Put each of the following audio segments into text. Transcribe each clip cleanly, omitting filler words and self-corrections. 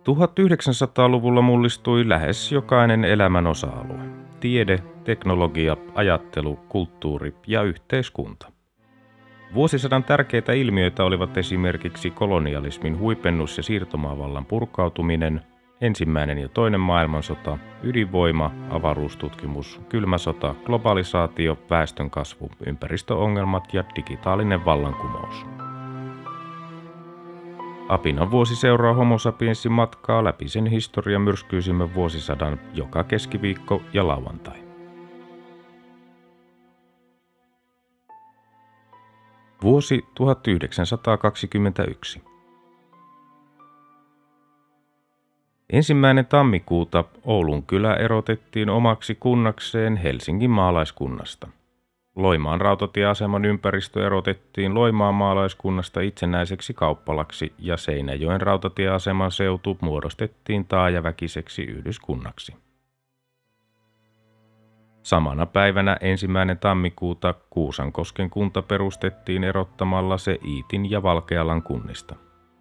1900-luvulla mullistui lähes jokainen elämän osa-alue. Tiede, teknologia, ajattelu, kulttuuri ja yhteiskunta. Vuosisadan tärkeitä ilmiöitä olivat esimerkiksi kolonialismin huipennus ja siirtomaavallan purkautuminen, ensimmäinen ja toinen maailmansota, ydinvoima, avaruustutkimus, kylmä sota, globalisaatio, väestönkasvu, ympäristöongelmat ja digitaalinen vallankumous. Apinan vuosi seuraa Homo sapiensin matkaa läpi sen historian myrskyisimmän vuosisadan joka keskiviikko ja lauantai. Vuosi 1921. 1. tammikuuta Oulun kylä erotettiin omaksi kunnakseen Helsingin maalaiskunnasta. Loimaan rautatieaseman ympäristö erotettiin Loimaan maalaiskunnasta itsenäiseksi kauppalaksi ja Seinäjoen rautatieaseman seutu muodostettiin taajaväkiseksi yhdyskunnaksi. Samana päivänä 1. tammikuuta Kuusankosken kunta perustettiin erottamalla se Iitin ja Valkealan kunnista.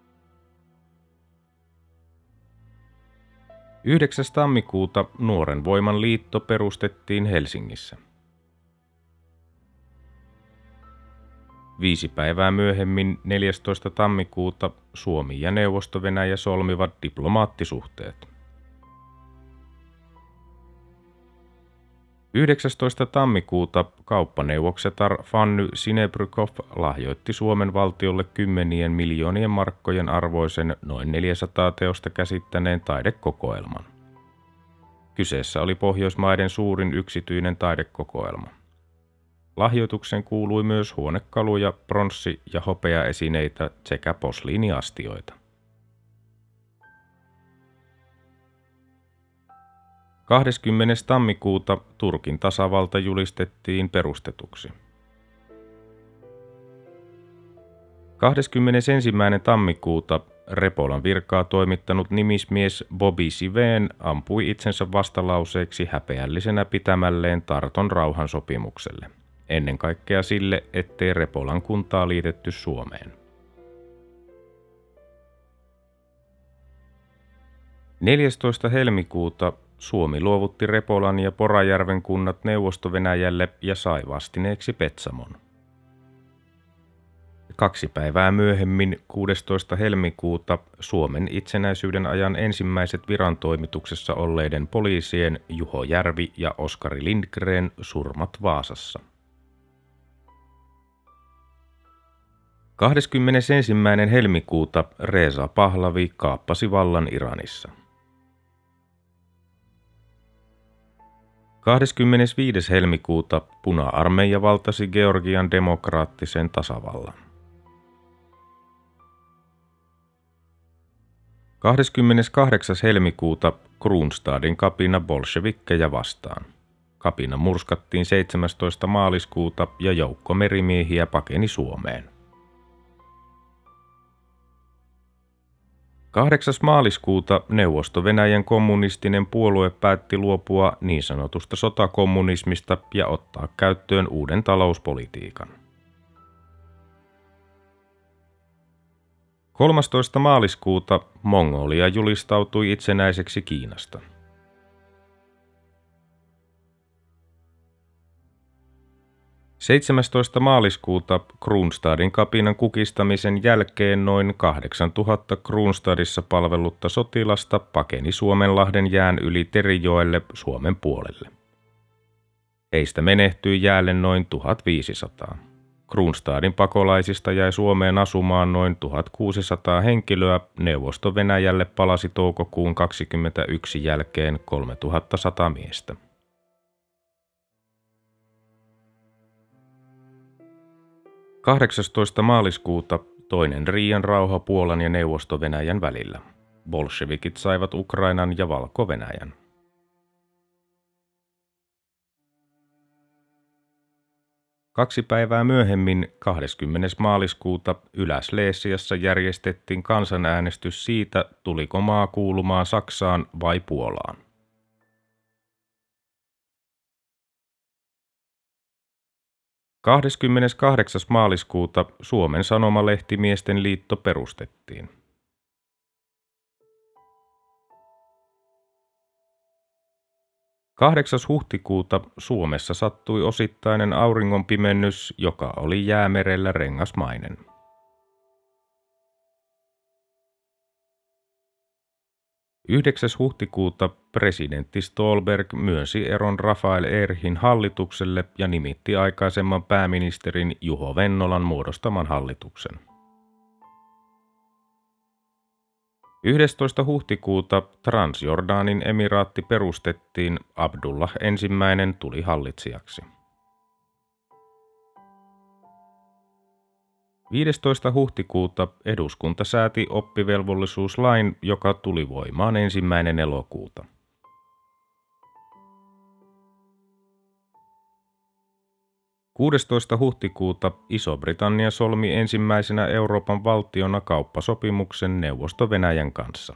9. tammikuuta Nuoren Voiman liitto perustettiin Helsingissä. 5 päivää myöhemmin 14. tammikuuta Suomi ja Neuvosto-Venäjä solmivat diplomaattisuhteet. 19. tammikuuta kauppaneuvoksetar Fanny Sinebrykov lahjoitti Suomen valtiolle 10 miljoonien markkojen arvoisen noin 400 teosta käsittäneen taidekokoelman. Kyseessä oli Pohjoismaiden suurin yksityinen taidekokoelma. Lahjoitukseen kuului myös huonekaluja, pronssi- ja hopeaesineitä sekä posliiniastioita. 20. tammikuuta Turkin tasavalta julistettiin perustetuksi. 21. tammikuuta Repolan virkaa toimittanut nimismies Bobby Siveen ampui itsensä vastalauseeksi häpeällisenä pitämälleen Tarton rauhansopimukselle. Ennen kaikkea sille, ettei Repolan kuntaa liitetty Suomeen. 14. helmikuuta Suomi luovutti Repolan ja Porajärven kunnat Neuvosto-Venäjälle ja sai vastineeksi Petsamon. 2 päivää myöhemmin, 16. helmikuuta, Suomen itsenäisyyden ajan ensimmäiset virantoimituksessa olleiden poliisien Juho Järvi ja Oskari Lindgren surmat Vaasassa. 21. helmikuuta Reza Pahlavi kaappasi vallan Iranissa. 25. helmikuuta Puna-armeija valtasi Georgian demokraattisen tasavallan. 28. helmikuuta Kronstadtin kapina bolshevikkeja vastaan. Kapina murskattiin 17. maaliskuuta ja joukko merimiehiä pakeni Suomeen. 8. maaliskuuta Neuvosto-Venäjän kommunistinen puolue päätti luopua niin sanotusta sotakommunismista ja ottaa käyttöön uuden talouspolitiikan. 13. maaliskuuta Mongolia julistautui itsenäiseksi Kiinasta. 17. maaliskuuta Kronstadtin kapinan kukistamisen jälkeen noin 8000 Kronstadtissa palvellutta sotilasta pakeni Suomenlahden jään yli Terijoelle Suomen puolelle. Heistä menehtyi jäälle noin 1500. Kronstadtin pakolaisista jäi Suomeen asumaan noin 1600 henkilöä, Neuvosto-Venäjälle palasi toukokuun 21 jälkeen 3100 miestä. 18. maaliskuuta toinen Riian rauha Puolan ja Neuvosto-Venäjän välillä. Bolshevikit saivat Ukrainan ja Valko-Venäjän. 2 päivää myöhemmin, 20. maaliskuuta, Ylä-Schlesiassa järjestettiin kansanäänestys siitä, tuliko maa kuulumaan Saksaan vai Puolaan. 28. maaliskuuta Suomen Sanomalehtimiesten liitto perustettiin. 8. huhtikuuta Suomessa sattui osittainen auringonpimennys, joka oli Jäämerellä rengasmainen. 9. huhtikuuta presidentti Ståhlberg myönsi eron Rafael Erhin hallitukselle ja nimitti aikaisemman pääministerin Juho Vennolan muodostaman hallituksen. 11. huhtikuuta Transjordanin emiraatti perustettiin, Abdullah I tuli hallitsijaksi. 15. huhtikuuta eduskunta sääti oppivelvollisuuslain, joka tuli voimaan 1. elokuuta. 16. huhtikuuta Iso-Britannia solmi ensimmäisenä Euroopan valtiona kauppasopimuksen Neuvosto-Venäjän kanssa.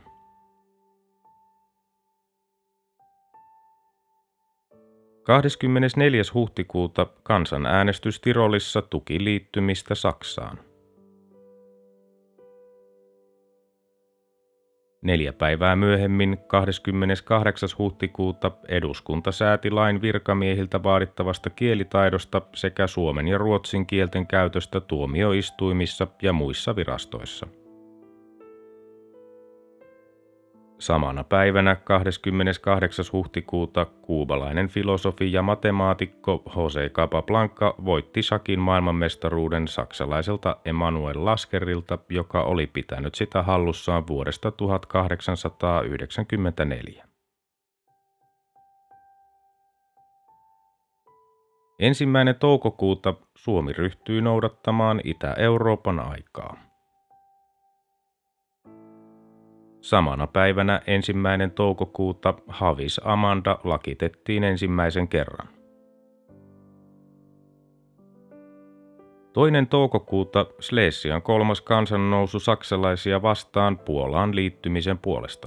24. huhtikuuta kansanäänestys Tirolissa tuki liittymistä Saksaan. 4 päivää myöhemmin, 28. huhtikuuta, eduskunta sääti lain virkamiehiltä vaadittavasta kielitaidosta sekä suomen ja ruotsin kielten käytöstä tuomioistuimissa ja muissa virastoissa. Samana päivänä 28. huhtikuuta kuubalainen filosofi ja matemaatikko José Capablanca voitti shakin maailmanmestaruuden saksalaiselta Emanuel Laskerilta, joka oli pitänyt sitä hallussaan vuodesta 1894. 1. toukokuuta Suomi ryhtyi noudattamaan Itä-Euroopan aikaa. Samana päivänä 1. toukokuuta Havis Amanda lakitettiin ensimmäisen kerran. 2. toukokuuta Schlesian 3. kansannousu saksalaisia vastaan Puolaan liittymisen puolesta.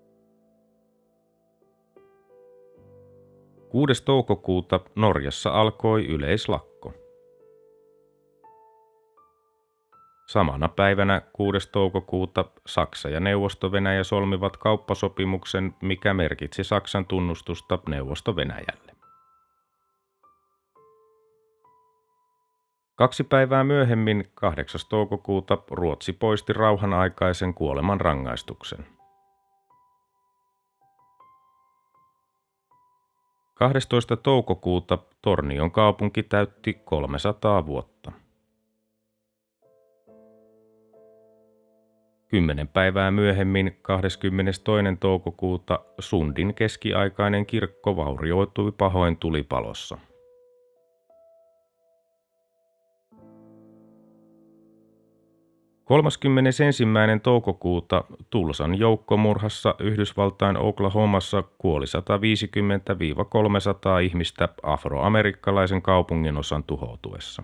6. toukokuuta Norjassa alkoi yleislakko. Samana päivänä 6. toukokuuta Saksa ja Neuvosto-Venäjä solmivat kauppasopimuksen, mikä merkitsi Saksan tunnustusta Neuvosto-Venäjälle. 2 päivää myöhemmin, 8. toukokuuta, Ruotsi poisti rauhanaikaisen kuolemanrangaistuksen. 12. toukokuuta Tornion kaupunki täytti 300 vuotta. 10 päivää myöhemmin, 22. toukokuuta, Sundin keskiaikainen kirkko vaurioitui pahoin tulipalossa. 31. toukokuuta Tulsan joukkomurhassa Yhdysvaltain Oklahomassa kuoli 150–300 ihmistä afroamerikkalaisen kaupunginosan tuhoutuessa.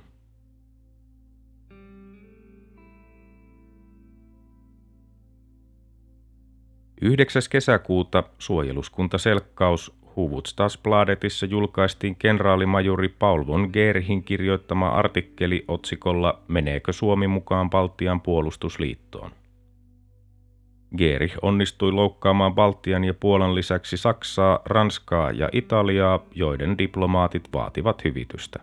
9. kesäkuuta suojeluskuntaselkkaus Hufvudstadsbladetissa julkaistiin kenraalimajuri Paul von Geerihin kirjoittama artikkeli otsikolla "Meneekö Suomi mukaan Baltian puolustusliittoon?". Geerich onnistui loukkaamaan Baltian ja Puolan lisäksi Saksaa, Ranskaa ja Italiaa, joiden diplomaatit vaativat hyvitystä.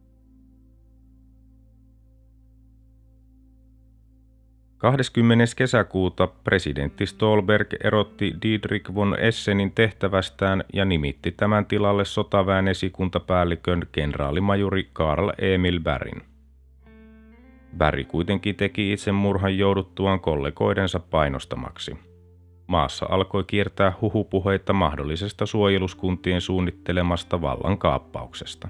20. kesäkuuta presidentti Ståhlberg erotti Dietrich von Essenin tehtävästään ja nimitti tämän tilalle sotaväen esikuntapäällikön kenraalimajuri Karl Emil Bergin. Berg kuitenkin teki itsemurhan jouduttuaan kollegoidensa painostamaksi. Maassa alkoi kiertää huhupuheita mahdollisesta suojeluskuntien suunnittelemasta vallankaappauksesta.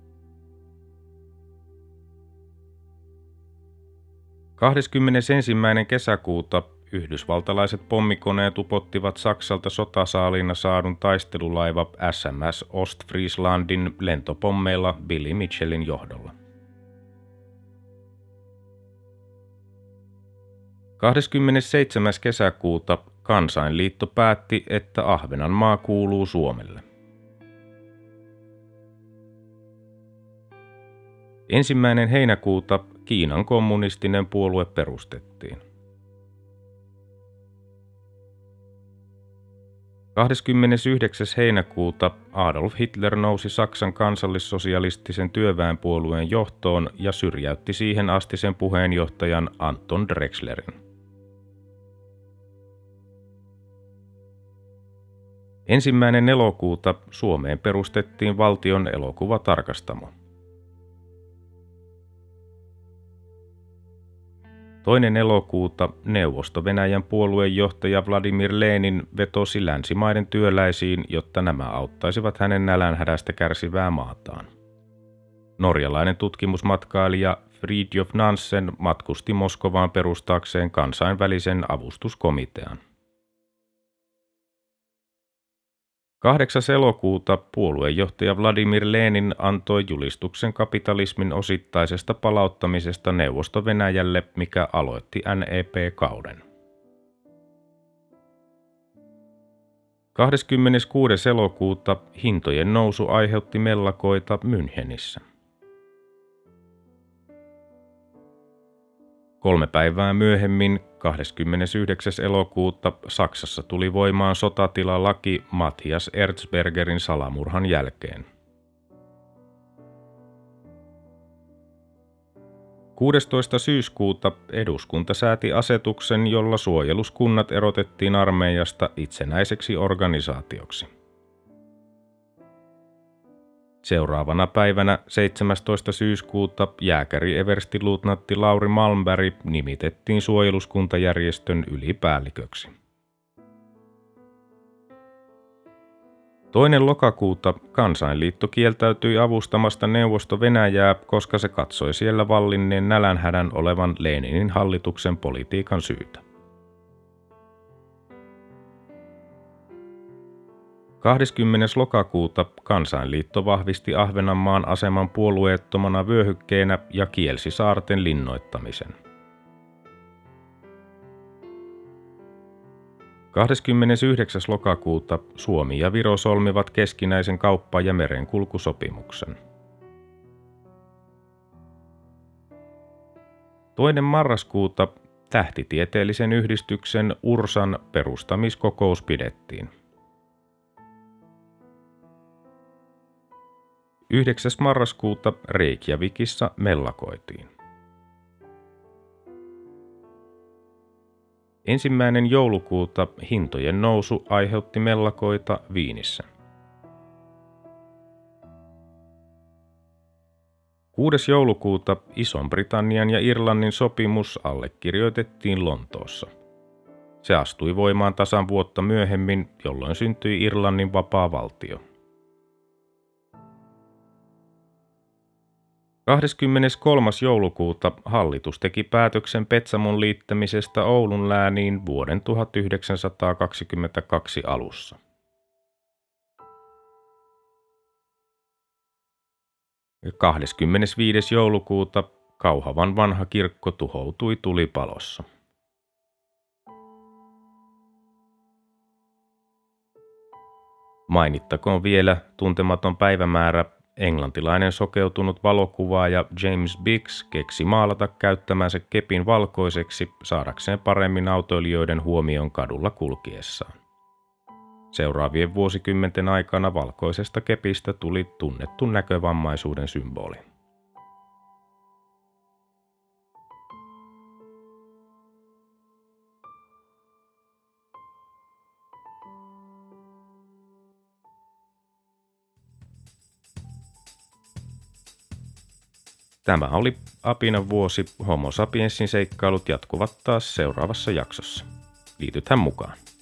21. kesäkuuta yhdysvaltalaiset pommikoneet upottivat Saksalta sotasaaliina saadun taistelulaiva SMS Ostfrieslandin lentopommeilla Billy Mitchellin johdolla. 27. kesäkuuta Kansainliitto päätti, että Ahvenanmaa kuuluu Suomelle. 1. heinäkuuta Kiinan kommunistinen puolue perustettiin. 29. heinäkuuta Adolf Hitler nousi Saksan kansallissosialistisen työväenpuolueen johtoon ja syrjäytti siihen asti sen puheenjohtajan Anton Drexlerin. 1. elokuuta Suomeen perustettiin valtion elokuvatarkastamo. 2. elokuuta Neuvosto-Venäjän puoluejohtaja Vladimir Lenin vetosi länsimaiden työläisiin, jotta nämä auttaisivat hänen nälänhädästä kärsivää maataan. Norjalainen tutkimusmatkailija Fridtjof Nansen matkusti Moskovaan perustaakseen kansainvälisen avustuskomitean. 8. elokuuta puoluejohtaja Vladimir Lenin antoi julistuksen kapitalismin osittaisesta palauttamisesta Neuvosto-Venäjälle, mikä aloitti NEP-kauden. 26. elokuuta hintojen nousu aiheutti mellakoita Münchenissä. 3 päivää myöhemmin, 29. elokuuta, Saksassa tuli voimaan sotatilalaki Matthias Erzbergerin salamurhan jälkeen. 16. syyskuuta eduskunta sääti asetuksen, jolla suojeluskunnat erotettiin armeijasta itsenäiseksi organisaatioksi. Seuraavana päivänä 17. syyskuuta jääkäri-everstiluutnantti Lauri Malmberg nimitettiin suojeluskuntajärjestön ylipäälliköksi. 2. lokakuuta Kansainliitto kieltäytyi avustamasta Neuvosto-Venäjää, koska se katsoi siellä vallinneen nälänhädän olevan Leninin hallituksen politiikan syytä. 20. lokakuuta Kansainliitto vahvisti Ahvenanmaan aseman puolueettomana vyöhykkeenä ja kielsi saarten linnoittamisen. 29. lokakuuta Suomi ja Viro solmivat keskinäisen kauppa- ja merenkulkusopimuksen. 2. marraskuuta tähtitieteellisen yhdistyksen URSAn perustamiskokous pidettiin. 9. marraskuuta Reykjavikissa mellakoitiin. 1. joulukuuta hintojen nousu aiheutti mellakoita Viinissä. 6. joulukuuta Ison-Britannian ja Irlannin sopimus allekirjoitettiin Lontoossa. Se astui voimaan tasan vuotta myöhemmin, jolloin syntyi Irlannin vapaa valtio. 23. joulukuuta hallitus teki päätöksen Petsamon liittämisestä Oulun lääniin vuoden 1922 alussa. 25. joulukuuta Kauhavan vanha kirkko tuhoutui tulipalossa. Mainittakoon vielä tuntematon päivämäärä. Englantilainen sokeutunut valokuvaaja James Biggs keksi maalata käyttämänsä kepin valkoiseksi saadakseen paremmin autoilijoiden huomion kadulla kulkiessaan. Seuraavien vuosikymmenten aikana valkoisesta kepistä tuli tunnettu näkövammaisuuden symboli. Tämä oli Apinan vuosi. Homo sapiensin seikkailut jatkuvat taas seuraavassa jaksossa. Liitythän mukaan.